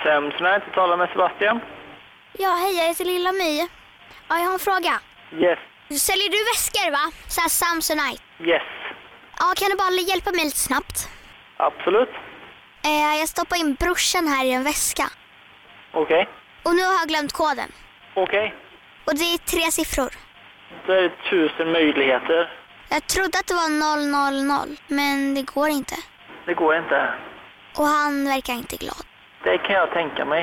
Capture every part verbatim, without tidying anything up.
Samsonite, du talar med Sebastian. Ja, hej, jag heter Lilla My. Ja, jag har en fråga. Yes. Säljer du väskor, va? Så här Samsonite. Yes. Ja, kan du bara hjälpa mig lite snabbt? Absolut. Eh, jag stoppar in brorsan här i en väska. Okej. Okay. Och nu har jag glömt koden. Okej. Okay. Och det är tre siffror. Det är tusen möjligheter. Jag trodde att det var noll noll noll, men det går inte. Det går inte. Och han verkar inte glad. Det kan jag tänka mig.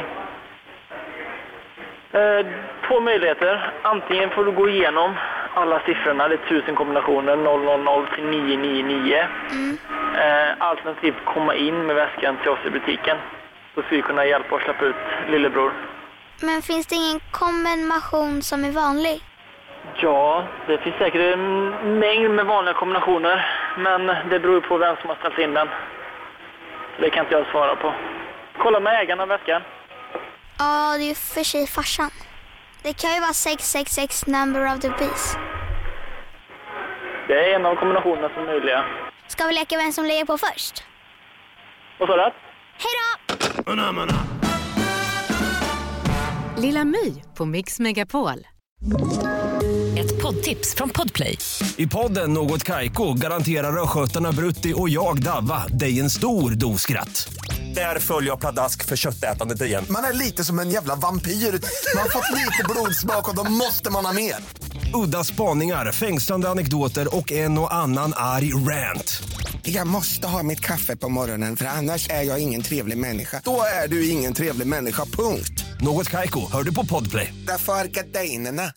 Eh, två möjligheter. Antingen får du gå igenom alla siffrorna, det är tusen kombinationer, noll noll noll till nio nio nio. Mm. Eh, alternativt komma in med väskan till oss i butiken. Så ska vi kunna hjälpa och släppa ut lillebror. Men finns det ingen kombination som är vanlig? Ja, det finns säkert en mängd med vanliga kombinationer. Men det beror på vem som har ställt in den. Så det kan inte jag svara på. Kolla med ägaren av väskan. Ja, det är ju för sig farsan. Det kan ju vara sex sex sex number of the beast. Det är en av kombinationerna som är möjliga. Ska vi leka vem som lägger på först? Vad sa du? Hej då! Lilla My på Mix Megapol. Ett poddtips från Podplay. I podden Något Kaiko garanterar röskötarna Brutti och jag Davva dig en stor doskratt. Där följer jag pladask för köttätandet igen. Man är lite som en jävla vampyr. Man har fått lite blodsmak och då måste man ha mer. Udda spaningar, fängslande anekdoter och en och annan arg rant. Jag måste ha mitt kaffe på morgonen för annars är jag ingen trevlig människa. Då är du ingen trevlig människa, punkt. Något Kaiko, hör du på Podplay. Därför är gardinerna.